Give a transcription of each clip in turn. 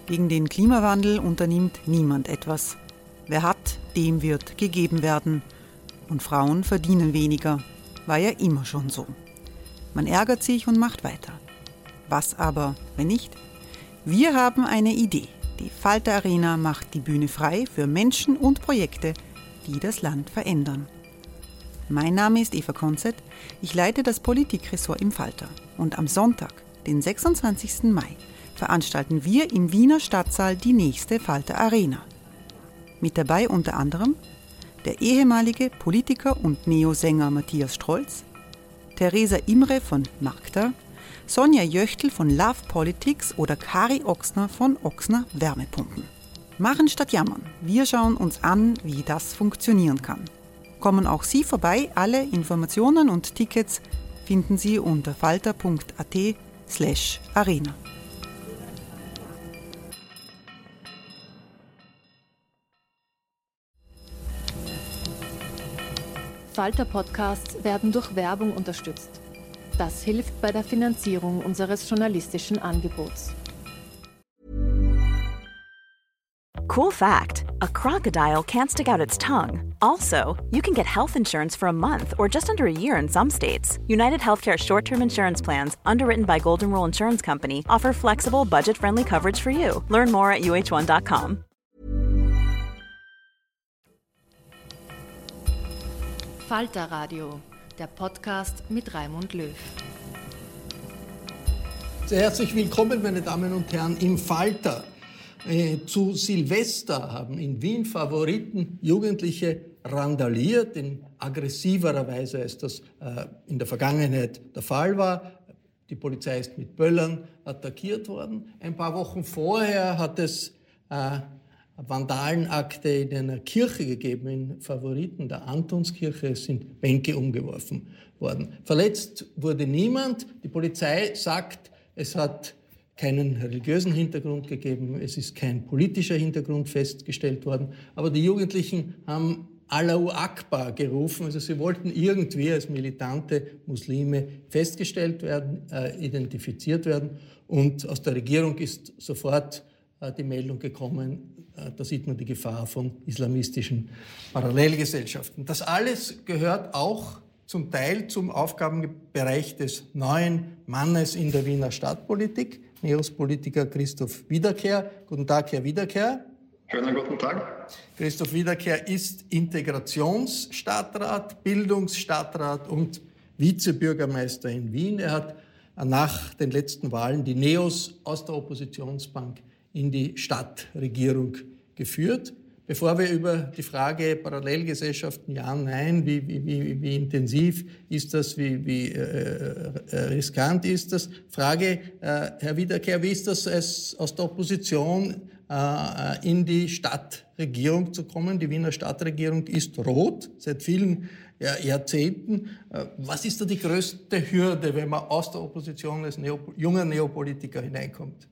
Gegen den Klimawandel unternimmt niemand etwas. Wer hat, dem wird gegeben werden. Und Frauen verdienen weniger. War ja immer schon so. Man ärgert sich und macht weiter. Was aber, wenn nicht? Wir haben eine Idee. Die Falter Arena macht die Bühne frei für Menschen und Projekte, die das Land verändern. Mein Name ist Eva Konzett. Ich leite das Politikressort im Falter. Und am Sonntag, den 26. Mai, veranstalten wir im Wiener Stadtsaal die nächste Falter Arena. Mit dabei unter anderem der ehemalige Politiker und Neosänger Matthias Strolz, Theresa Imre von Magda, Sonja Jöchtl von Love Politics oder Kari Ochsner von Ochsner Wärmepumpen. Machen statt jammern. Wir schauen uns an, wie das funktionieren kann. Kommen auch Sie vorbei. Alle Informationen und Tickets finden Sie unter falter.at/arena. Falter-Podcasts werden durch Werbung unterstützt. Das hilft bei der Finanzierung unseres journalistischen Angebots. Cool fact, a crocodile can't stick out its tongue. Also, you can get health insurance for a month or just under a year in some states. United Healthcare short-term insurance plans, underwritten by Golden Rule Insurance Company, offer flexible, budget-friendly coverage for you. Learn more at uh1.com. Falter Radio, der Podcast mit Raimund Löw. Sehr herzlich willkommen, meine Damen und Herren, im Falter. Zu Silvester haben in Wien Favoriten Jugendliche randaliert, in aggressiverer Weise, als das in der Vergangenheit der Fall war. Die Polizei ist mit Böllern attackiert worden. Ein paar Wochen vorher hat es Vandalenakte in einer Kirche gegeben, in Favoriten der Antonskirche. Es sind Bänke umgeworfen worden. Verletzt wurde niemand. Die Polizei sagt, es hat keinen religiösen Hintergrund gegeben, es ist kein politischer Hintergrund festgestellt worden. Aber die Jugendlichen haben Allahu Akbar gerufen, also sie wollten irgendwie als militante Muslime festgestellt werden, identifiziert werden. Und aus der Regierung ist sofort die Meldung gekommen, da sieht man die Gefahr von islamistischen Parallelgesellschaften. Das alles gehört auch zum Teil zum Aufgabenbereich des neuen Mannes in der Wiener Stadtpolitik, Neos-Politiker Christoph Wiederkehr. Guten Tag, Herr Wiederkehr. Schönen guten Tag. Christoph Wiederkehr ist Integrationsstadtrat, Bildungsstadtrat und Vizebürgermeister in Wien. Er hat nach den letzten Wahlen die Neos aus der Oppositionsbank in die Stadtregierung geführt. Bevor wir über die Frage Parallelgesellschaften, ja, nein, wie intensiv ist das, wie riskant ist das? Frage, Herr Wiederkehr, wie ist das, aus der Opposition in die Stadtregierung zu kommen? Die Wiener Stadtregierung ist rot seit vielen Jahrzehnten. Was ist da die größte Hürde, wenn man aus der Opposition als junger Neopolitiker hineinkommt?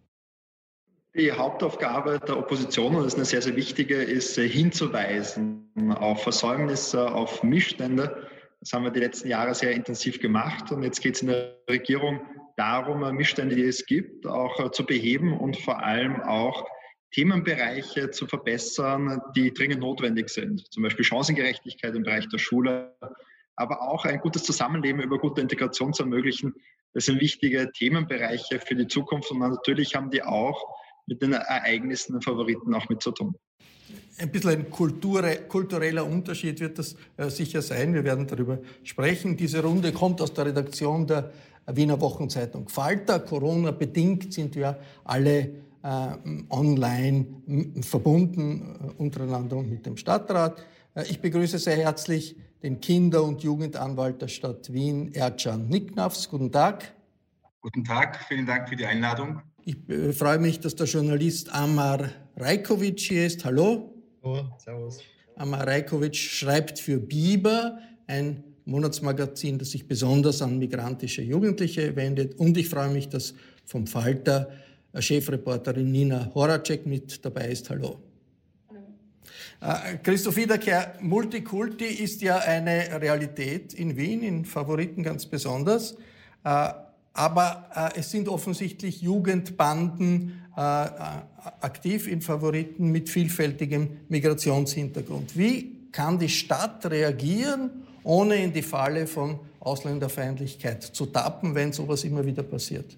Die Hauptaufgabe der Opposition, und das ist eine sehr, sehr wichtige, ist hinzuweisen auf Versäumnisse, auf Missstände. Das haben wir die letzten Jahre sehr intensiv gemacht. Und jetzt geht es in der Regierung darum, Missstände, die es gibt, auch zu beheben und vor allem auch Themenbereiche zu verbessern, die dringend notwendig sind. Zum Beispiel Chancengerechtigkeit im Bereich der Schule, aber auch ein gutes Zusammenleben über gute Integration zu ermöglichen. Das sind wichtige Themenbereiche für die Zukunft. Und natürlich haben die auch mit den Ereignissen der Favoriten auch mit zu tun. Ein bisschen ein kultureller Unterschied wird das sicher sein. Wir werden darüber sprechen. Diese Runde kommt aus der Redaktion der Wiener Wochenzeitung Falter. Corona-bedingt sind wir alle online verbunden, untereinander und mit dem Stadtrat. Ich begrüße sehr herzlich den Kinder- und Jugendanwalt der Stadt Wien, Ercan Niknafs. Guten Tag. Guten Tag, vielen Dank für die Einladung. Ich freue mich, dass der Journalist Amar Rajkovic hier ist. Hallo. Hallo, servus. Amar Rajkovic schreibt für Biber, ein Monatsmagazin, das sich besonders an migrantische Jugendliche wendet. Und ich freue mich, dass vom Falter Chefreporterin Nina Horacek mit dabei ist. Hallo. Christoph Wiederkehr, Multikulti ist ja eine Realität in Wien, in Favoriten ganz besonders. Aber es sind offensichtlich Jugendbanden aktiv in Favoriten mit vielfältigem Migrationshintergrund. Wie kann die Stadt reagieren, ohne in die Falle von Ausländerfeindlichkeit zu tappen, wenn sowas immer wieder passiert?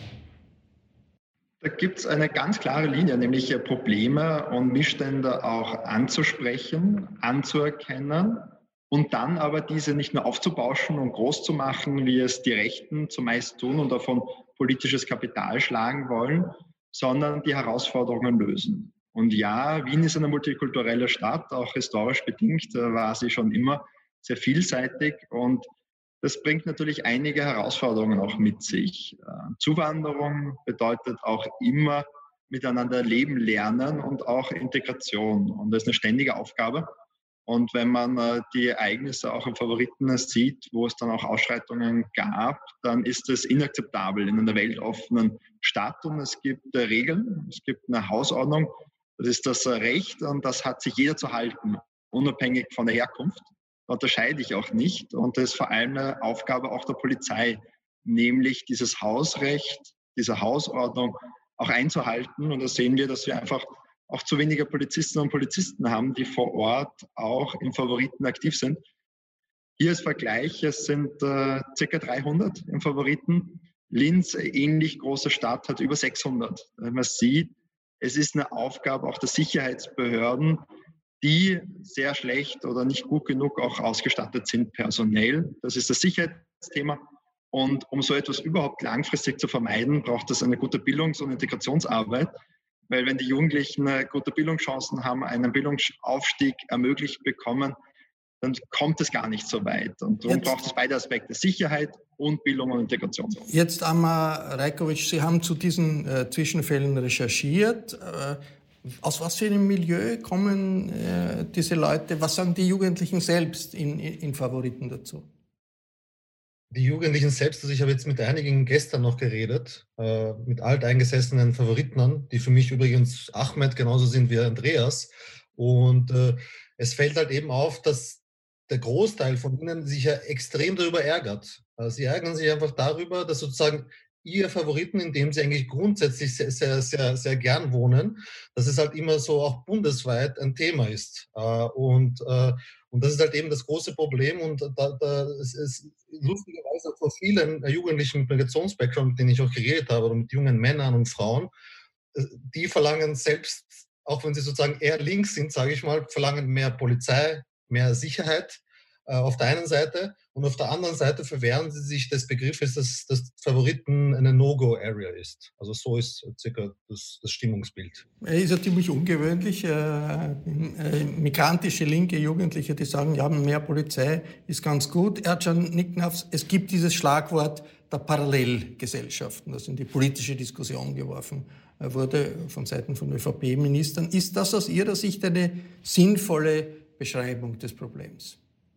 Da gibt es eine ganz klare Linie, nämlich Probleme und Missstände auch anzusprechen, anzuerkennen und dann aber diese nicht nur aufzubauschen und groß zu machen, wie es die Rechten zumeist tun und davon politisches Kapital schlagen wollen, sondern die Herausforderungen lösen. Und ja, Wien ist eine multikulturelle Stadt, auch historisch bedingt war sie schon immer sehr vielseitig und das bringt natürlich einige Herausforderungen auch mit sich. Zuwanderung bedeutet auch immer miteinander leben lernen und auch Integration. Und das ist eine ständige Aufgabe. Und wenn man die Ereignisse auch im Favoriten sieht, wo es dann auch Ausschreitungen gab, dann ist es inakzeptabel in einer weltoffenen Stadt. Und es gibt Regeln, es gibt eine Hausordnung, das ist das Recht und das hat sich jeder zu halten, unabhängig von der Herkunft. Da unterscheide ich auch nicht. Und das ist vor allem eine Aufgabe auch der Polizei, nämlich dieses Hausrecht, diese Hausordnung auch einzuhalten. Und da sehen wir, dass wir einfach auch zu wenige Polizistinnen und Polizisten haben, die vor Ort auch im Favoriten aktiv sind. Hier als Vergleich, es sind ca. 300 im Favoriten. Linz, ähnlich große Stadt, hat über 600. Man sieht, es ist eine Aufgabe auch der Sicherheitsbehörden, die sehr schlecht oder nicht gut genug auch ausgestattet sind personell. Das ist das Sicherheitsthema. Und um so etwas überhaupt langfristig zu vermeiden, braucht es eine gute Bildungs- und Integrationsarbeit. Weil wenn die Jugendlichen gute Bildungschancen haben, einen Bildungsaufstieg ermöglicht bekommen, dann kommt es gar nicht so weit. Und darum braucht es beide Aspekte, Sicherheit und Bildung und Integration. Jetzt, Amar Rajkovic, Sie haben zu diesen Zwischenfällen recherchiert. Aus was für einem Milieu kommen diese Leute? Was sagen die Jugendlichen selbst in Favoriten dazu? Die Jugendlichen selbst, also ich habe jetzt mit einigen gestern noch geredet, mit alteingesessenen Favoritenern, die für mich übrigens Ahmed genauso sind wie Andreas. Und es fällt halt eben auf, dass der Großteil von ihnen sich ja extrem darüber ärgert. Sie ärgern sich einfach darüber, dass sozusagen ihr Favoriten, in dem sie eigentlich grundsätzlich sehr, sehr, sehr, sehr gern wohnen, dass es halt immer so auch bundesweit ein Thema ist. Und das ist halt eben das große Problem. Und es ist lustigerweise vor vielen Jugendlichen mit Migrationsbackground, mit denen ich auch geredet habe, oder mit jungen Männern und Frauen, die verlangen selbst, auch wenn sie sozusagen eher links sind, sage ich mal, verlangen mehr Polizei, mehr Sicherheit auf der einen Seite, und auf der anderen Seite verwehren sie sich des Begriffes, dass Favoriten eine No-Go-Area ist. Also so ist circa das Stimmungsbild. Ist ja ziemlich ungewöhnlich. Migrantische linke Jugendliche, die sagen, ja, mehr Polizei ist ganz gut. Ercan Nicknafs, es gibt dieses Schlagwort der Parallelgesellschaften, das in die politische Diskussion geworfen wurde von Seiten von ÖVP-Ministern. Ist das aus Ihrer Sicht eine sinnvolle Beschreibung des Problems?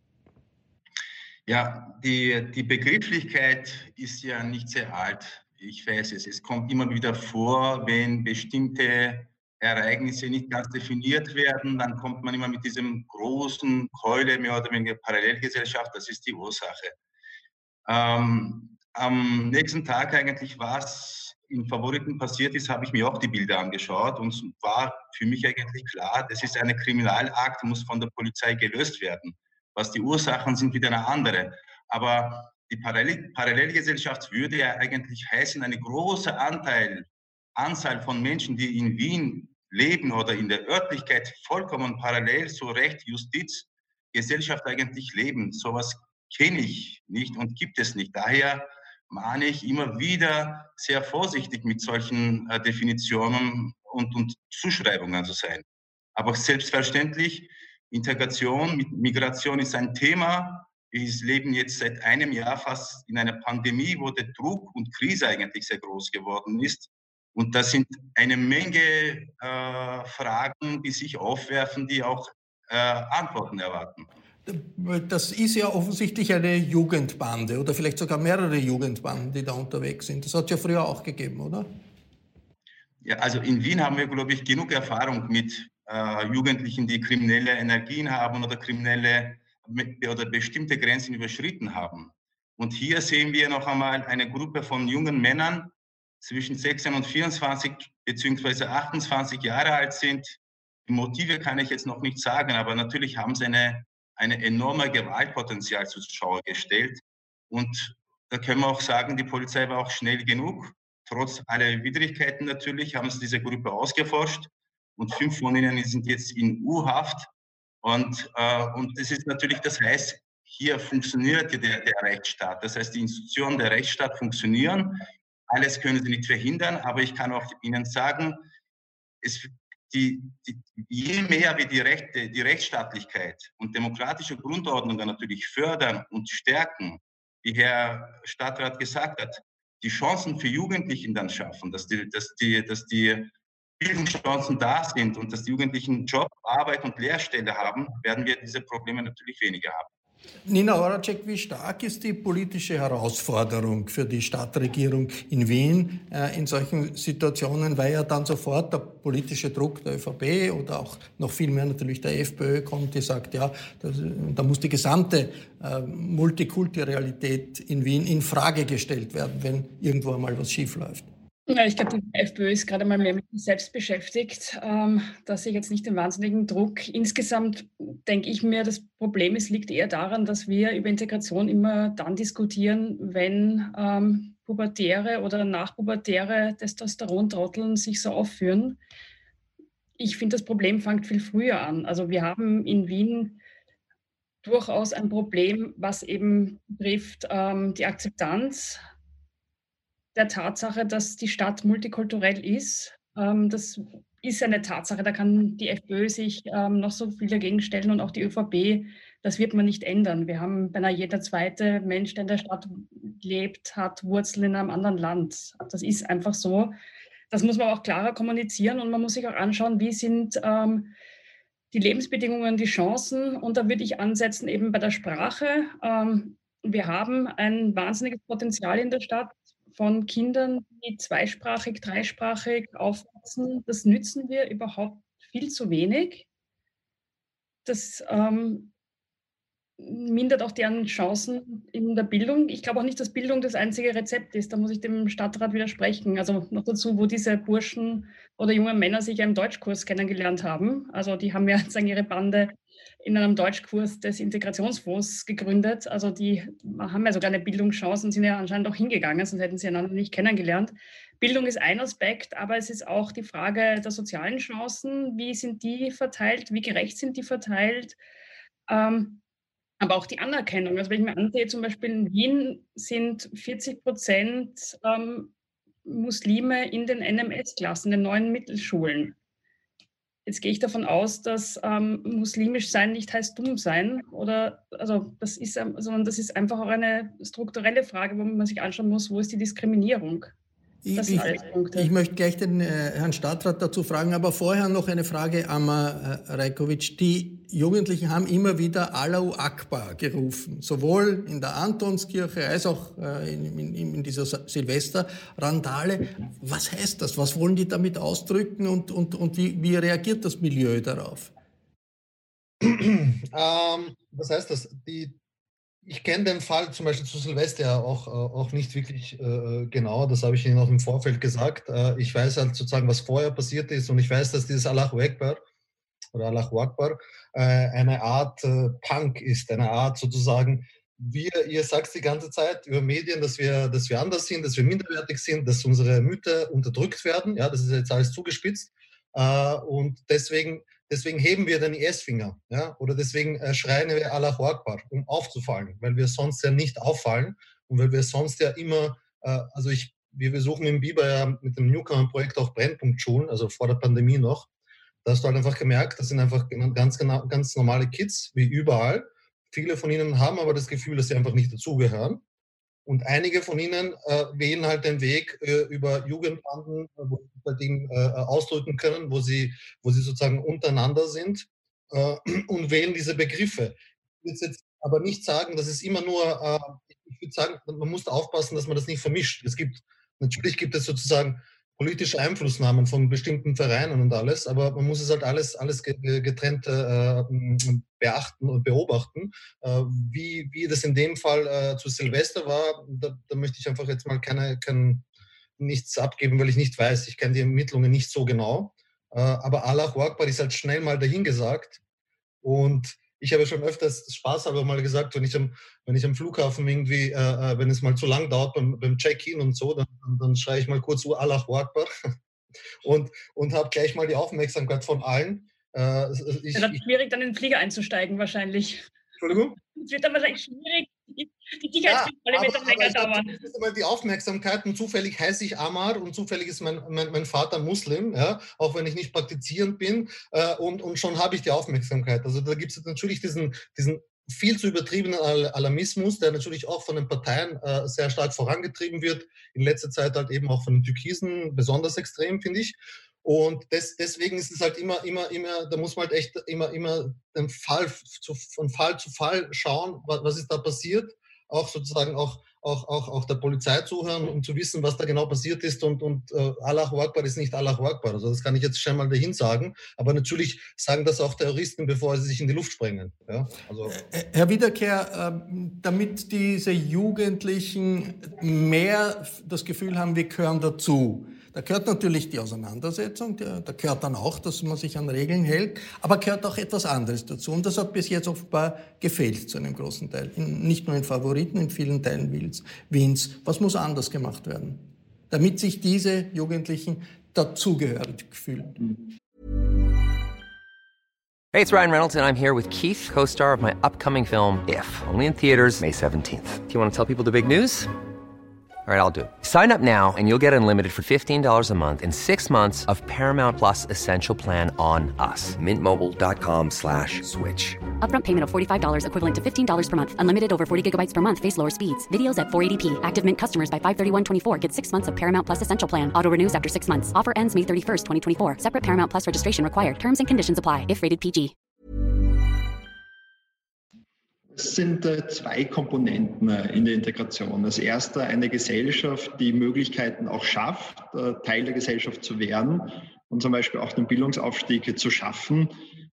Ja, die Begrifflichkeit ist ja nicht sehr alt. Ich weiß es. Es kommt immer wieder vor, wenn bestimmte Ereignisse nicht ganz definiert werden, dann kommt man immer mit diesem großen Keule, mehr oder weniger Parallelgesellschaft, das ist die Ursache. Am nächsten Tag eigentlich, was in Favoriten passiert ist, habe ich mir auch die Bilder angeschaut und war für mich eigentlich klar, das ist eine Kriminalakt, muss von der Polizei gelöst werden. Was die Ursachen sind, wieder eine andere. Aber die Parallelgesellschaft würde ja eigentlich heißen, eine große Anzahl von Menschen, die in Wien leben oder in der Örtlichkeit vollkommen parallel zu Recht, Justiz, Gesellschaft eigentlich leben. Sowas kenne ich nicht und gibt es nicht. Daher mahne ich immer wieder sehr vorsichtig mit solchen Definitionen und Zuschreibungen zu sein. Aber selbstverständlich, Integration mit Migration ist ein Thema. Wir leben jetzt seit einem Jahr fast in einer Pandemie, wo der Druck und Krise eigentlich sehr groß geworden ist. Und das sind eine Menge Fragen, die sich aufwerfen, die auch Antworten erwarten. Das ist ja offensichtlich eine Jugendbande oder vielleicht sogar mehrere Jugendbanden, die da unterwegs sind. Das hat es ja früher auch gegeben, oder? Ja, also in Wien haben wir, glaube ich, genug Erfahrung mit Jugendlichen, die kriminelle Energien haben oder kriminelle oder bestimmte Grenzen überschritten haben. Und hier sehen wir noch einmal eine Gruppe von jungen Männern zwischen 16 und 24 beziehungsweise 28 Jahre alt sind. Die Motive kann ich jetzt noch nicht sagen, aber natürlich haben sie eine enorme Gewaltpotenzial zur Schau gestellt. Und da können wir auch sagen, die Polizei war auch schnell genug. Trotz aller Widrigkeiten natürlich haben sie diese Gruppe ausgeforscht und 5 von ihnen sind jetzt in U-Haft. Und das ist natürlich, das heißt, hier funktioniert der Rechtsstaat. Das heißt, die Institutionen der Rechtsstaat funktionieren. Alles können sie nicht verhindern, aber ich kann auch Ihnen sagen, je mehr wir die Rechtsstaatlichkeit und demokratische Grundordnungen natürlich fördern und stärken, wie Herr Stadtrat gesagt hat, die Chancen für Jugendlichen dann schaffen, dass die Bildungschancen da sind und dass die Jugendlichen Job, Arbeit und Lehrstelle haben, werden wir diese Probleme natürlich weniger haben. Nina Horacek, wie stark ist die politische Herausforderung für die Stadtregierung in Wien in solchen Situationen, weil ja dann sofort der politische Druck der ÖVP oder auch noch viel mehr natürlich der FPÖ kommt, die sagt, ja, da muss die gesamte Multikulti-Realität in Wien in Frage gestellt werden, wenn irgendwo einmal was schief läuft. Ja, ich glaube, die FPÖ ist gerade mal mehr mit sich selbst beschäftigt, dass sie jetzt nicht den wahnsinnigen Druck. Insgesamt denke ich mir, das Problem liegt eher daran, dass wir über Integration immer dann diskutieren, wenn Pubertäre oder Nachpubertäre Testosterontrotteln sich so aufführen. Ich finde, das Problem fängt viel früher an. Also wir haben in Wien durchaus ein Problem, was eben betrifft die Akzeptanz der Tatsache, dass die Stadt multikulturell ist. Das ist eine Tatsache, da kann die FPÖ sich noch so viel dagegen stellen und auch die ÖVP, das wird man nicht ändern. Wir haben beinahe jeder zweite Mensch, der in der Stadt lebt, hat Wurzeln in einem anderen Land. Das ist einfach so. Das muss man auch klarer kommunizieren und man muss sich auch anschauen, wie sind die Lebensbedingungen, die Chancen. Und da würde ich ansetzen eben bei der Sprache. Wir haben ein wahnsinniges Potenzial in der Stadt von Kindern, die zweisprachig, dreisprachig aufwachsen. Das nützen wir überhaupt viel zu wenig. Das mindert auch deren Chancen in der Bildung. Ich glaube auch nicht, dass Bildung das einzige Rezept ist. Da muss ich dem Stadtrat widersprechen. Also noch dazu, wo diese Burschen oder jungen Männer sich ja im Deutschkurs kennengelernt haben. Also die haben ja sozusagen ihre Bande in einem Deutschkurs des Integrationsfonds gegründet. Also die haben ja sogar eine Bildungschance und sind ja anscheinend auch hingegangen, sonst hätten sie einander nicht kennengelernt. Bildung ist ein Aspekt, aber es ist auch die Frage der sozialen Chancen. Wie sind die verteilt? Wie gerecht sind die verteilt? Aber auch die Anerkennung. Also wenn ich mir ansehe, zum Beispiel in Wien sind 40% Muslime in den NMS-Klassen, in den neuen Mittelschulen. Jetzt gehe ich davon aus, dass muslimisch sein nicht heißt dumm sein. Das ist einfach auch eine strukturelle Frage, wo man sich anschauen muss, wo ist die Diskriminierung? Das sind alles Punkte. Ich möchte gleich den Herrn Stadtrat dazu fragen, aber vorher noch eine Frage, Amar Rajkovic. Die Jugendlichen haben immer wieder Allahu Akbar gerufen, sowohl in der Antonskirche als auch in dieser Silvesterrandale. Was heißt das? Was wollen die damit ausdrücken und wie reagiert das Milieu darauf? Was heißt das? Ich kenne den Fall zum Beispiel zu Silvester auch nicht wirklich genau, das habe ich Ihnen auch im Vorfeld gesagt. Ich weiß halt sozusagen, was vorher passiert ist und ich weiß, dass dieses Allahu Akbar oder Allahu Akbar eine Art Punk ist, eine Art sozusagen, ihr sagt die ganze Zeit über Medien, dass wir anders sind, dass wir minderwertig sind, dass unsere Mütter unterdrückt werden, ja, das ist jetzt alles zugespitzt und deswegen heben wir den IS-Finger, ja? Oder deswegen schreien wir Allahu Akbar, um aufzufallen, weil wir sonst ja nicht auffallen und weil wir sonst ja immer, wir besuchen im Biber ja mit dem Newcomer-Projekt auch Brennpunktschulen, also vor der Pandemie noch. Da hast du halt einfach gemerkt, das sind einfach ganz normale Kids, wie überall. Viele von ihnen haben aber das Gefühl, dass sie einfach nicht dazugehören. Und einige von ihnen wählen halt den Weg über Jugendbanden, wo sie bei denen ausdrücken können, wo sie sozusagen untereinander sind und wählen diese Begriffe. Ich würde jetzt aber nicht sagen, dass es immer nur, ich würde sagen, man muss aufpassen, dass man das nicht vermischt. Natürlich gibt es sozusagen politische Einflussnahmen von bestimmten Vereinen und alles, aber man muss es halt alles getrennt beachten und beobachten. Wie das in dem Fall zu Silvester war, da möchte ich einfach jetzt mal nichts abgeben, weil ich nicht weiß. Ich kenne die Ermittlungen nicht so genau. Aber Allahu Akbar ist halt schnell mal dahingesagt. Und ich habe schon öfters spaßhalber mal gesagt, wenn ich am Flughafen irgendwie, wenn es mal zu lang dauert beim Check-in und so, dann schreie ich mal kurz Allahu Akbar und habe gleich mal die Aufmerksamkeit von allen. Es wird schwierig, dann in den Flieger einzusteigen wahrscheinlich. Entschuldigung? Es wird dann wahrscheinlich schwierig, die Sicherheitskontrolle wird dann länger dauern. Das ist immer die Aufmerksamkeit und zufällig heiße ich Ammar und zufällig ist mein Vater Muslim, ja, auch wenn ich nicht praktizierend bin und schon habe ich die Aufmerksamkeit. Also da gibt es natürlich diesen viel zu übertriebenen Alarmismus, der natürlich auch von den Parteien sehr stark vorangetrieben wird, in letzter Zeit halt eben auch von den Türkisen besonders extrem, finde ich. Und deswegen ist es halt immer, da muss man halt echt immer von Fall zu Fall schauen, was ist da passiert, auch sozusagen auch der Polizei zuhören, um zu wissen, was da genau passiert ist und Allahu Akbar ist nicht Allahu Akbar. Also das kann ich jetzt schon mal dahin sagen, aber natürlich sagen das auch Terroristen, bevor sie sich in die Luft sprengen. Ja, also. Herr Wiederkehr, damit diese Jugendlichen mehr das Gefühl haben, wir gehören dazu. Da gehört natürlich die Auseinandersetzung, da gehört dann auch, dass man sich an Regeln hält, aber gehört auch etwas anderes dazu. Und das hat bis jetzt offenbar gefehlt zu einem großen Teil. Nicht nur in Favoriten, in vielen Teilen Wiens. Was muss anders gemacht werden, damit sich diese Jugendlichen dazugehörig fühlen? Hey, it's Ryan Reynolds, and I'm here with Keith, co-star of my upcoming film, If, only in theaters May 17th. Do you want to tell people the big news? All right, I'll do it. Sign up now and you'll get unlimited for $15 a month and 6 months of Paramount Plus Essential Plan on us. MintMobile.com/switch. Upfront payment of $45 equivalent to $15 per month. Unlimited over 40 gigabytes per month. Face lower speeds. Videos at 480p. Active Mint customers by 531.24 get 6 months of Paramount Plus Essential Plan. Auto renews after 6 months. Offer ends May 31st, 2024. Separate Paramount Plus registration required. Terms and conditions apply if rated PG. Es sind zwei Komponenten in der Integration. Das erste, eine Gesellschaft, die Möglichkeiten auch schafft, Teil der Gesellschaft zu werden und zum Beispiel auch den Bildungsaufstieg zu schaffen,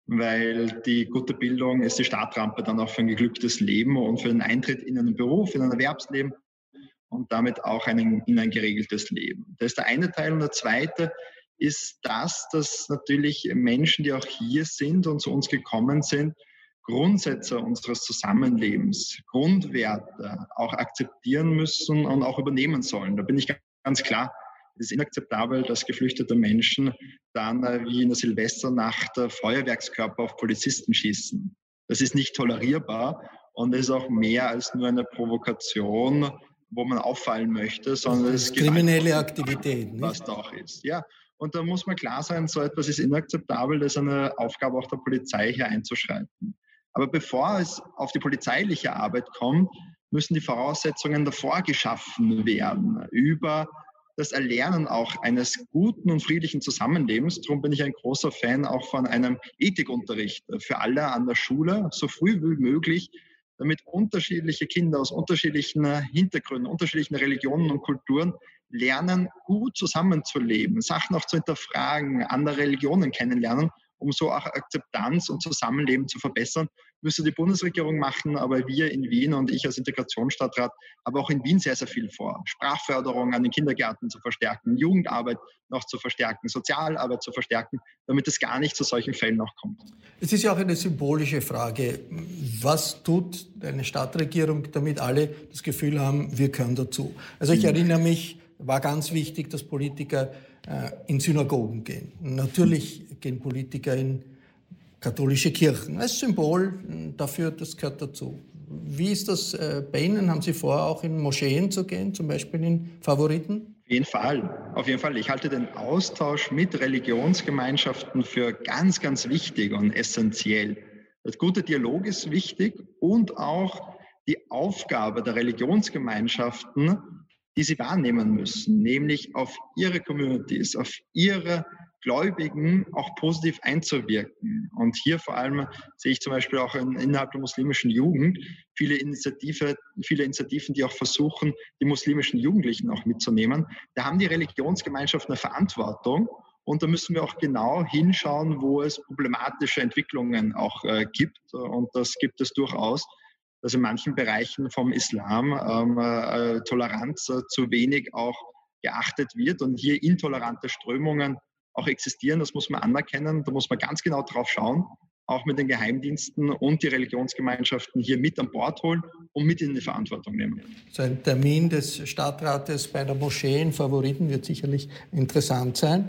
weil die gute Bildung ist die Startrampe dann auch für ein geglücktes Leben und für den Eintritt in einen Beruf, in ein Erwerbsleben und damit auch in ein geregeltes Leben. Das ist der eine Teil. Und der zweite ist dass natürlich Menschen, die auch hier sind und zu uns gekommen sind, Grundsätze unseres Zusammenlebens, Grundwerte auch akzeptieren müssen und auch übernehmen sollen. Da bin ich ganz klar, es ist inakzeptabel, dass geflüchtete Menschen dann wie in der Silvesternacht Feuerwerkskörper auf Polizisten schießen. Das ist nicht tolerierbar und es ist auch mehr als nur eine Provokation, wo man auffallen möchte, sondern es ist kriminelle Aktivität, was da auch ist. Ja. Und da muss man klar sein, so etwas ist inakzeptabel, das ist eine Aufgabe auch der Polizei, hier einzuschreiten. Aber bevor es auf die polizeiliche Arbeit kommt, müssen die Voraussetzungen davor geschaffen werden über das Erlernen auch eines guten und friedlichen Zusammenlebens. Darum bin ich ein großer Fan auch von einem Ethikunterricht für alle an der Schule, so früh wie möglich, damit unterschiedliche Kinder aus unterschiedlichen Hintergründen, unterschiedlichen Religionen und Kulturen lernen, gut zusammenzuleben, Sachen auch zu hinterfragen, andere Religionen kennenlernen, um so auch Akzeptanz und Zusammenleben zu verbessern. Müsste die Bundesregierung machen, aber wir in Wien und ich als Integrationsstadtrat aber auch in Wien sehr, sehr viel vor. Sprachförderung an den Kindergärten zu verstärken, Jugendarbeit noch zu verstärken, Sozialarbeit zu verstärken, damit es gar nicht zu solchen Fällen noch kommt. Es ist ja auch eine symbolische Frage. Was tut eine Stadtregierung, damit alle das Gefühl haben, wir gehören dazu? Also ich erinnere mich, war ganz wichtig, dass Politiker in Synagogen gehen. Natürlich gehen Politiker in katholische Kirchen. Als Symbol dafür, das gehört dazu. Wie ist das bei Ihnen? Haben Sie vor, auch in Moscheen zu gehen, zum Beispiel in Favoriten? Auf jeden Fall. Ich halte den Austausch mit Religionsgemeinschaften für ganz, ganz wichtig und essentiell. Der gute Dialog ist wichtig und auch die Aufgabe der Religionsgemeinschaften, die sie wahrnehmen müssen, nämlich auf ihre Communities, auf ihre Gläubigen auch positiv einzuwirken. Und hier vor allem sehe ich zum Beispiel auch innerhalb der muslimischen Jugend viele Initiativen, die auch versuchen, die muslimischen Jugendlichen auch mitzunehmen. Da haben die Religionsgemeinschaften eine Verantwortung. Und da müssen wir auch genau hinschauen, wo es problematische Entwicklungen auch gibt. Und das gibt es durchaus, dass in manchen Bereichen vom Islam Toleranz zu wenig auch geachtet wird und hier intolerante Strömungen auch existieren. Das muss man anerkennen. Da muss man ganz genau drauf schauen, auch mit den Geheimdiensten und die Religionsgemeinschaften hier mit an Bord holen und mit in die Verantwortung nehmen. So ein Termin des Stadtrates bei der Moschee in Favoriten wird sicherlich interessant sein.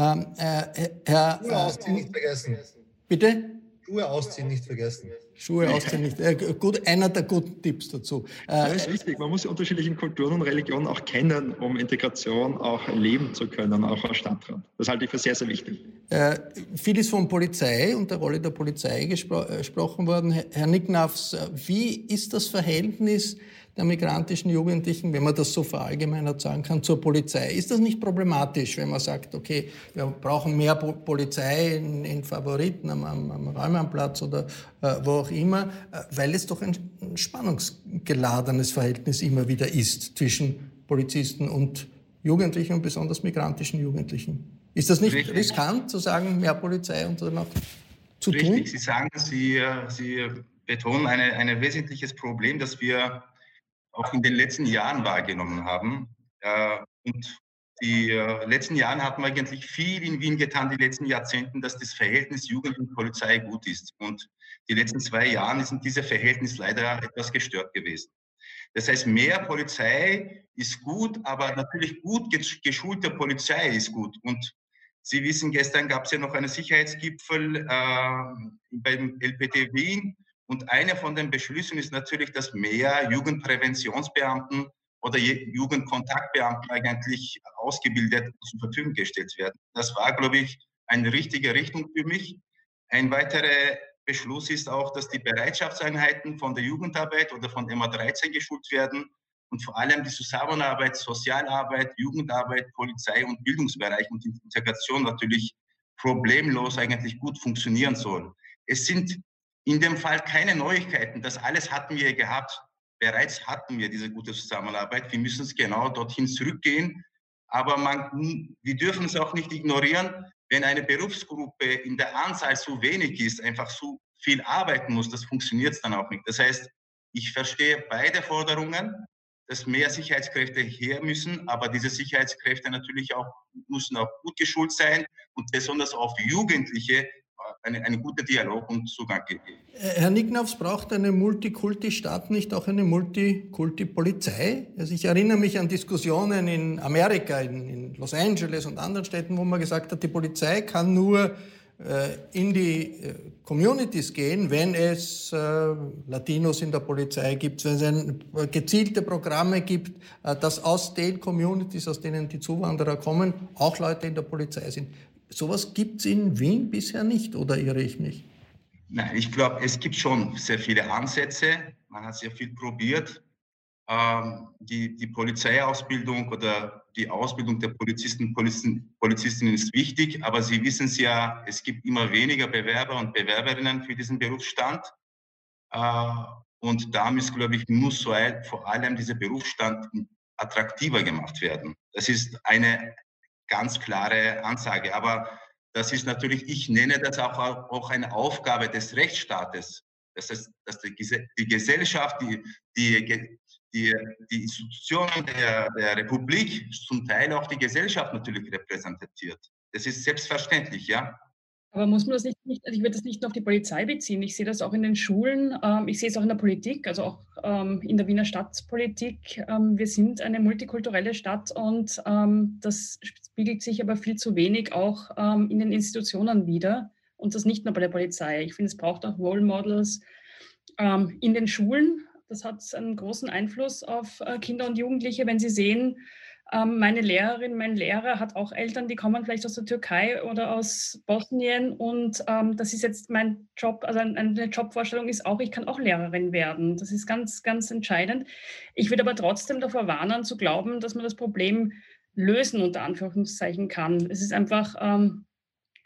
Herr Ausziehen nicht vergessen. Bitte? Schuhe ausziehen nicht vergessen. Schuhe ausziehen nicht. Gut, einer der guten Tipps dazu. Das ist wichtig. Man muss die unterschiedlichen Kulturen und Religionen auch kennen, um Integration auch leben zu können, auch als Stadtrat. Das halte ich für sehr, sehr wichtig. Viel ist von Polizei und der Rolle der Polizei gesprochen worden. Herr Niknavs, wie ist das Verhältnis der migrantischen Jugendlichen, wenn man das so verallgemeinert sagen kann, zur Polizei? Ist das nicht problematisch, wenn man sagt, okay, wir brauchen mehr Polizei in Favoriten am Raumamplatz oder wo auch immer, weil es doch ein spannungsgeladenes Verhältnis immer wieder ist zwischen Polizisten und Jugendlichen und besonders migrantischen Jugendlichen. Ist das nicht riskant, zu sagen, mehr Polizei und dann auch zu tun? Richtig, Sie sagen, Sie betonen ein wesentliches Problem, das wir auch in den letzten Jahren wahrgenommen haben. Und die letzten Jahren hatten wir eigentlich viel in Wien getan, die letzten Jahrzehnten, dass das Verhältnis Jugend und Polizei gut ist. Und die letzten 2 Jahre sind diese Verhältnis leider etwas gestört gewesen. Das heißt, mehr Polizei ist gut, aber natürlich gut geschulte Polizei ist gut. Und Sie wissen, gestern gab es ja noch einen Sicherheitsgipfel beim LPT Wien. Und eine von den Beschlüssen ist natürlich, dass mehr Jugendpräventionsbeamten oder Jugendkontaktbeamten eigentlich ausgebildet zur Verfügung gestellt werden. Das war, glaube ich, eine richtige Richtung für mich. Ein weiterer Beschluss ist auch, dass die Bereitschaftseinheiten von der Jugendarbeit oder von MA13 geschult werden und vor allem die Zusammenarbeit, Sozialarbeit, Jugendarbeit, Polizei und Bildungsbereich und Integration natürlich problemlos eigentlich gut funktionieren soll. Es sind in dem Fall keine Neuigkeiten. Das alles hatten wir gehabt. Bereits hatten wir diese gute Zusammenarbeit. Wir müssen es genau dorthin zurückgehen. Aber wir dürfen es auch nicht ignorieren, wenn eine Berufsgruppe in der Anzahl zu wenig ist, einfach zu viel arbeiten muss, das funktioniert dann auch nicht. Das heißt, ich verstehe beide Forderungen, dass mehr Sicherheitskräfte her müssen, aber diese Sicherheitskräfte natürlich müssen auch gut geschult sein und besonders auf Jugendliche einen guten Dialog und Zugang geben. Herr Niknavs, braucht eine Multikulti-Stadt nicht auch eine Multikulti-Polizei? Also ich erinnere mich an Diskussionen in Amerika, in Los Angeles und anderen Städten, wo man gesagt hat, die Polizei kann nur in die Communities gehen, wenn es Latinos in der Polizei gibt, wenn es gezielte Programme gibt, dass aus den Communities, aus denen die Zuwanderer kommen, auch Leute in der Polizei sind. Sowas gibt es in Wien bisher nicht, oder irre ich mich? Nein, ich glaube, es gibt schon sehr viele Ansätze. Man hat sehr viel probiert. Die Polizeiausbildung oder die Ausbildung der Polizistinnen ist wichtig, aber Sie wissen es ja, es gibt immer weniger Bewerber und Bewerberinnen für diesen Berufsstand. Und da muss vor allem dieser Berufsstand attraktiver gemacht werden. Das ist eine ganz klare Ansage. Aber das ist natürlich, ich nenne das auch eine Aufgabe des Rechtsstaates. Das heißt, dass die Gesellschaft, die Institutionen der Republik, zum Teil auch die Gesellschaft natürlich repräsentiert. Das ist selbstverständlich, ja. Aber muss man das nicht, also ich würde das nicht nur auf die Polizei beziehen, ich sehe das auch in den Schulen, ich sehe es auch in der Politik, also auch in der Wiener Stadtpolitik. Wir sind eine multikulturelle Stadt und das spiegelt sich aber viel zu wenig auch in den Institutionen wider und das nicht nur bei der Polizei. Ich finde, es braucht auch Role Models in den Schulen. Das hat einen großen Einfluss auf Kinder und Jugendliche, wenn sie sehen, meine Lehrerin, mein Lehrer hat auch Eltern, die kommen vielleicht aus der Türkei oder aus Bosnien und das ist jetzt mein Job, also eine Jobvorstellung ist auch, ich kann auch Lehrerin werden. Das ist ganz, ganz entscheidend. Ich würde aber trotzdem davor warnen, zu glauben, dass man das Problem lösen, unter Anführungszeichen, kann. Es ist einfach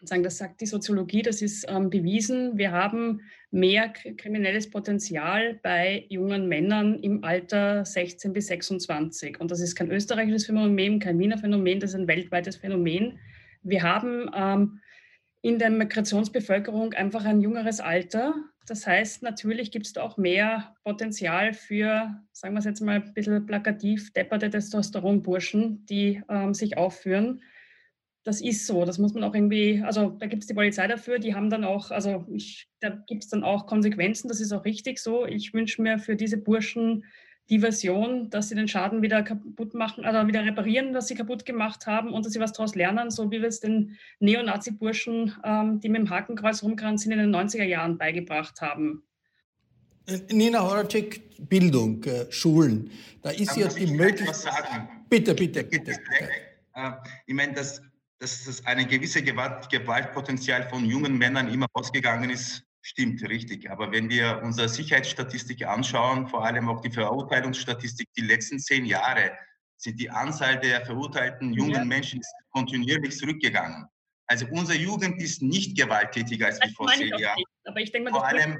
Das sagt die Soziologie, das ist bewiesen. Wir haben mehr kriminelles Potenzial bei jungen Männern im Alter 16 bis 26. Und das ist kein österreichisches Phänomen, kein Wiener Phänomen, das ist ein weltweites Phänomen. Wir haben in der Migrationsbevölkerung einfach ein jüngeres Alter. Das heißt, natürlich gibt es da auch mehr Potenzial für, sagen wir es jetzt mal ein bisschen plakativ, depperte Testosteronburschen, die sich aufführen. Das ist so, das muss man auch irgendwie, also da gibt es die Polizei dafür, die haben dann auch, da gibt es dann auch Konsequenzen, das ist auch richtig so. Ich wünsche mir für diese Burschen die Version, dass sie den Schaden wieder kaputt machen, also wieder reparieren, was sie kaputt gemacht haben und dass sie was daraus lernen, so wie wir es den Neonazi-Burschen, die mit dem Hakenkreuz rumgerannt sind, in den 90er Jahren beigebracht haben. Nina Horacek, Bildung, Schulen, da ist ja die Möglichkeit. Bitte. Ich meine, dass eine gewisse Gewaltpotenzial von jungen Männern immer ausgegangen ist, stimmt, richtig. Aber wenn wir unsere Sicherheitsstatistik anschauen, vor allem auch die Verurteilungsstatistik, die letzten 10 Jahre sind die Anzahl der verurteilten jungen Menschen kontinuierlich zurückgegangen. Also unsere Jugend ist nicht gewalttätiger als vor 10 Jahren. Aber ich denke mal, vor allem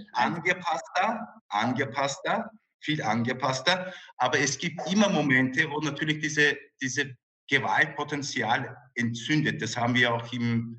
angepasster, viel angepasster. Aber es gibt immer Momente, wo natürlich diese Gewaltpotenzial entzündet. Das haben wir auch im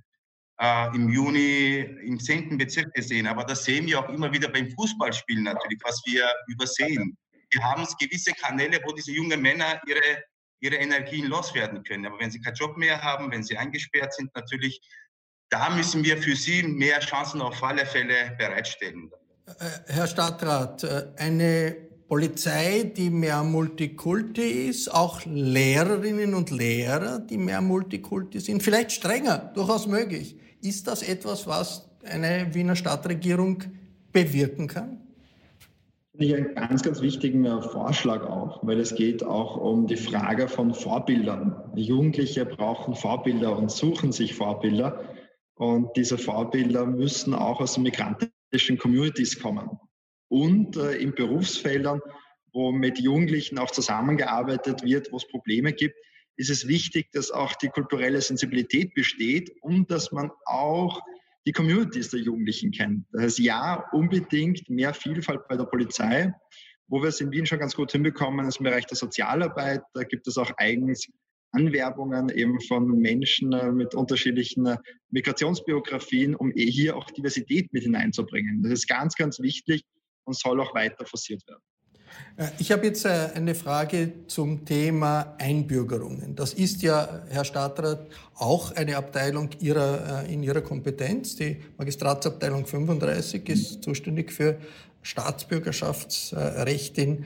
Juni im 10. Bezirk gesehen. Aber das sehen wir auch immer wieder beim Fußballspielen natürlich, was wir übersehen. Wir haben gewisse Kanäle, wo diese jungen Männer ihre Energien loswerden können. Aber wenn sie keinen Job mehr haben, wenn sie eingesperrt sind, natürlich, da müssen wir für sie mehr Chancen auf alle Fälle bereitstellen. Herr Stadtrat, eine Polizei, die mehr Multikulti ist, auch Lehrerinnen und Lehrer, die mehr Multikulti sind, vielleicht strenger, durchaus möglich. Ist das etwas, was eine Wiener Stadtregierung bewirken kann? Finde ich einen ganz, ganz wichtigen Vorschlag auch, weil es geht auch um die Frage von Vorbildern. Jugendliche brauchen Vorbilder und suchen sich Vorbilder. Und diese Vorbilder müssen auch aus migrantischen Communities kommen. Und in Berufsfeldern, wo mit Jugendlichen auch zusammengearbeitet wird, wo es Probleme gibt, ist es wichtig, dass auch die kulturelle Sensibilität besteht und dass man auch die Communities der Jugendlichen kennt. Das heißt, ja, unbedingt mehr Vielfalt bei der Polizei. Wo wir es in Wien schon ganz gut hinbekommen, ist im Bereich der Sozialarbeit. Da gibt es auch eigens Anwerbungen eben von Menschen mit unterschiedlichen Migrationsbiografien, um hier auch Diversität mit hineinzubringen. Das ist ganz, ganz wichtig und soll auch weiter forciert werden. Ich habe jetzt eine Frage zum Thema Einbürgerungen. Das ist ja, Herr Stadtrat, auch eine Abteilung in Ihrer Kompetenz. Die Magistratsabteilung 35 ist zuständig für Staatsbürgerschaftsrecht in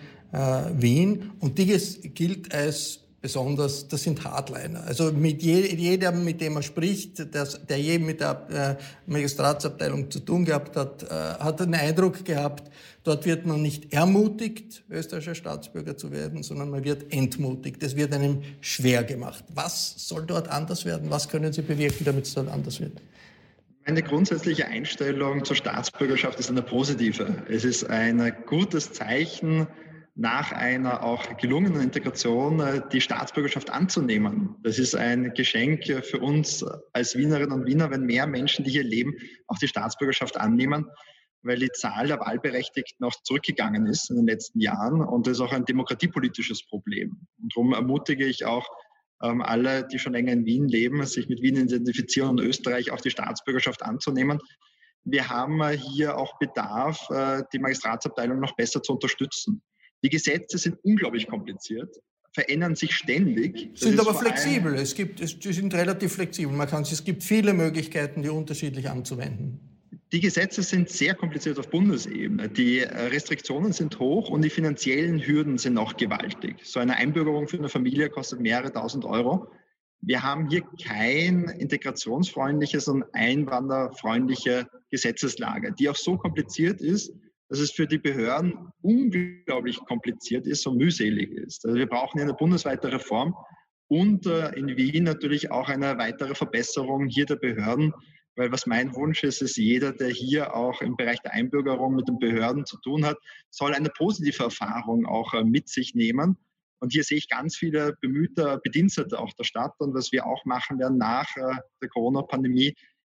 Wien. Und die gilt als besonders, das sind Hardliner. Also mit jedem, mit dem man spricht, der je mit der Magistratsabteilung zu tun gehabt hat, hat den Eindruck gehabt, dort wird man nicht ermutigt, österreichischer Staatsbürger zu werden, sondern man wird entmutigt. Es wird einem schwer gemacht. Was soll dort anders werden? Was können Sie bewirken, damit es dort anders wird? Meine grundsätzliche Einstellung zur Staatsbürgerschaft ist eine positive. Es ist ein gutes Zeichen, nach einer auch gelungenen Integration die Staatsbürgerschaft anzunehmen. Das ist ein Geschenk für uns als Wienerinnen und Wiener, wenn mehr Menschen, die hier leben, auch die Staatsbürgerschaft annehmen, weil die Zahl der Wahlberechtigten noch zurückgegangen ist in den letzten Jahren und das ist auch ein demokratiepolitisches Problem. Und darum ermutige ich auch alle, die schon länger in Wien leben, sich mit Wien identifizieren und Österreich auch die Staatsbürgerschaft anzunehmen. Wir haben hier auch Bedarf, die Magistratsabteilung noch besser zu unterstützen. Die Gesetze sind unglaublich kompliziert, verändern sich ständig. Sind aber flexibel. Die sind relativ flexibel. Es gibt viele Möglichkeiten, die unterschiedlich anzuwenden. Die Gesetze sind sehr kompliziert auf Bundesebene. Die Restriktionen sind hoch und die finanziellen Hürden sind auch gewaltig. So eine Einbürgerung für eine Familie kostet mehrere tausend Euro. Wir haben hier kein integrationsfreundliches und einwanderfreundliche Gesetzeslage, die auch so kompliziert ist, dass es für die Behörden unglaublich kompliziert ist und mühselig ist. Also wir brauchen hier eine bundesweite Reform und in Wien natürlich auch eine weitere Verbesserung hier der Behörden, weil was mein Wunsch ist, ist jeder, der hier auch im Bereich der Einbürgerung mit den Behörden zu tun hat, soll eine positive Erfahrung auch mit sich nehmen. Und hier sehe ich ganz viele bemühte Bedienstete auch der Stadt. Und was wir auch machen werden nach der Corona-Pandemie,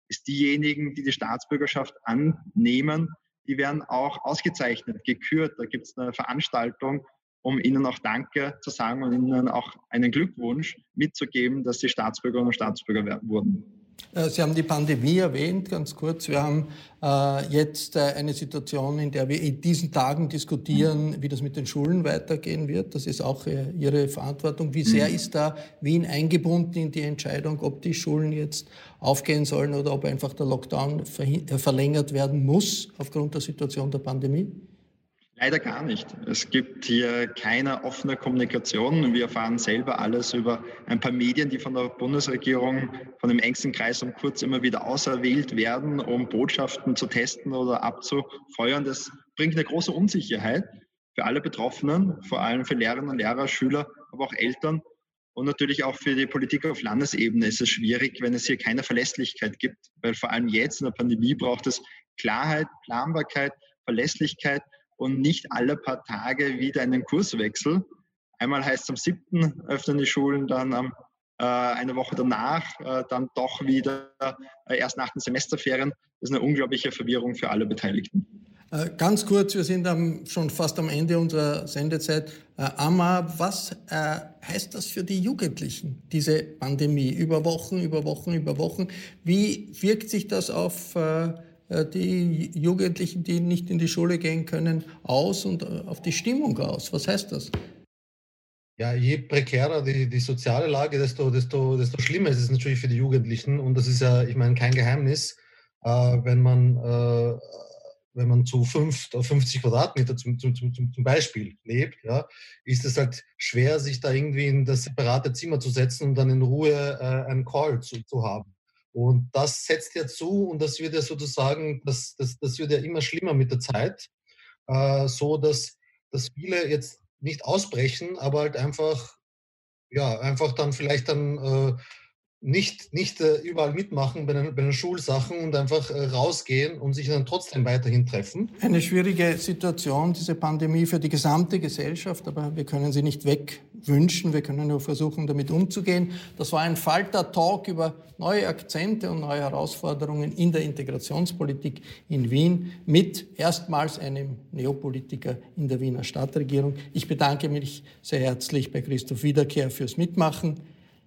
ist diejenigen, die die Staatsbürgerschaft annehmen, die werden auch ausgezeichnet, gekürt. Da gibt es eine Veranstaltung, um ihnen auch Danke zu sagen und ihnen auch einen Glückwunsch mitzugeben, dass sie Staatsbürgerinnen und Staatsbürger wurden. Sie haben die Pandemie erwähnt, ganz kurz. Wir haben jetzt eine Situation, in der wir in diesen Tagen diskutieren, wie das mit den Schulen weitergehen wird. Das ist auch Ihre Verantwortung. Wie sehr ist da Wien eingebunden in die Entscheidung, ob die Schulen jetzt aufgehen sollen oder ob einfach der Lockdown verlängert werden muss aufgrund der Situation der Pandemie? Leider gar nicht. Es gibt hier keine offene Kommunikation. Wir erfahren selber alles über ein paar Medien, die von der Bundesregierung, von dem engsten Kreis um Kurz immer wieder auserwählt werden, um Botschaften zu testen oder abzufeuern. Das bringt eine große Unsicherheit für alle Betroffenen, vor allem für Lehrerinnen und Lehrer, Schüler, aber auch Eltern. Und natürlich auch für die Politik auf Landesebene ist es schwierig, wenn es hier keine Verlässlichkeit gibt. Weil vor allem jetzt in der Pandemie braucht es Klarheit, Planbarkeit, Verlässlichkeit und nicht alle paar Tage wieder einen Kurswechsel. Einmal heißt es am 7. öffnen die Schulen, dann eine Woche danach, dann doch wieder erst nach den Semesterferien. Das ist eine unglaubliche Verwirrung für alle Beteiligten. Ganz kurz, wir sind schon fast am Ende unserer Sendezeit. Amma, was heißt das für die Jugendlichen, diese Pandemie? Über Wochen. Wie wirkt sich das auf die Jugendlichen, die nicht in die Schule gehen können, aus und auf die Stimmung aus? Was heißt das? Ja, je prekärer die soziale Lage, desto schlimmer ist es natürlich für die Jugendlichen. Und das ist ja, ich meine, kein Geheimnis, wenn man zu 50 Quadratmeter zum Beispiel lebt, ja, ist es halt schwer, sich da irgendwie in das separate Zimmer zu setzen und dann in Ruhe einen Call zu haben. Und das setzt ja zu und das wird ja sozusagen, das wird ja immer schlimmer mit der Zeit, so dass viele jetzt nicht ausbrechen, aber halt einfach dann vielleicht nicht überall mitmachen bei den Schulsachen und einfach rausgehen und sich dann trotzdem weiterhin treffen. Eine schwierige Situation, diese Pandemie für die gesamte Gesellschaft, aber wir können sie nicht wegwünschen, wir können nur versuchen, damit umzugehen. Das war ein Falter-Talk über neue Akzente und neue Herausforderungen in der Integrationspolitik in Wien mit erstmals einem Neopolitiker in der Wiener Stadtregierung. Ich bedanke mich sehr herzlich bei Christoph Wiederkehr fürs Mitmachen.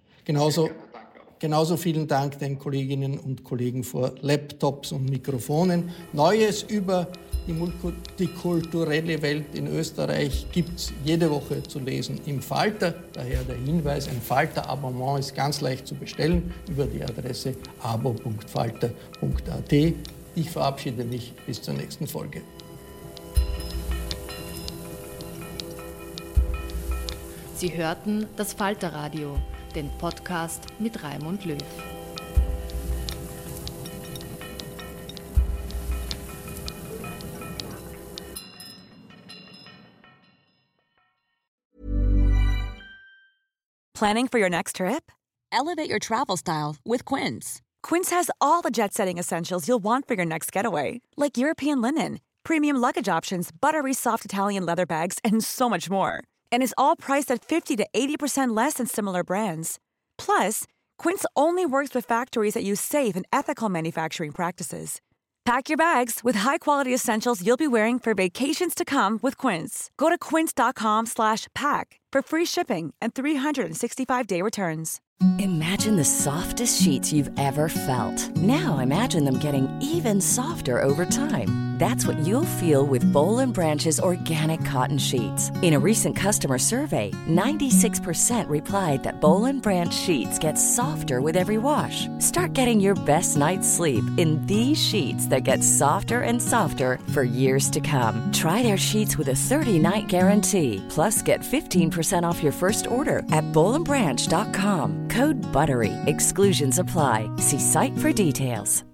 Genauso vielen Dank den Kolleginnen und Kollegen vor Laptops und Mikrofonen. Neues über die multikulturelle Welt in Österreich gibt es jede Woche zu lesen im Falter. Daher der Hinweis, ein Falter-Abonnement ist ganz leicht zu bestellen über die Adresse abo.falter.at. Ich verabschiede mich bis zur nächsten Folge. Sie hörten das Falter-Radio, den Podcast mit Raimund Löw. Planning for your next trip? Elevate your travel style with Quince. Quince has all the jet-setting essentials you'll want for your next getaway, like European linen, premium luggage options, buttery soft Italian leather bags, and so much more. And is all priced at 50 to 80% less than similar brands. Plus, Quince only works with factories that use safe and ethical manufacturing practices. Pack your bags with high-quality essentials you'll be wearing for vacations to come with Quince. Go to quince.com/pack for free shipping and 365-day returns. Imagine the softest sheets you've ever felt. Now imagine them getting even softer over time. That's what you'll feel with Boll & Branch's organic cotton sheets. In a recent customer survey, 96% replied that Boll & Branch sheets get softer with every wash. Start getting your best night's sleep in these sheets that get softer and softer for years to come. Try their sheets with a 30-night guarantee. Plus, get 15% off your first order at bollandbranch.com. Code BUTTERY. Exclusions apply. See site for details.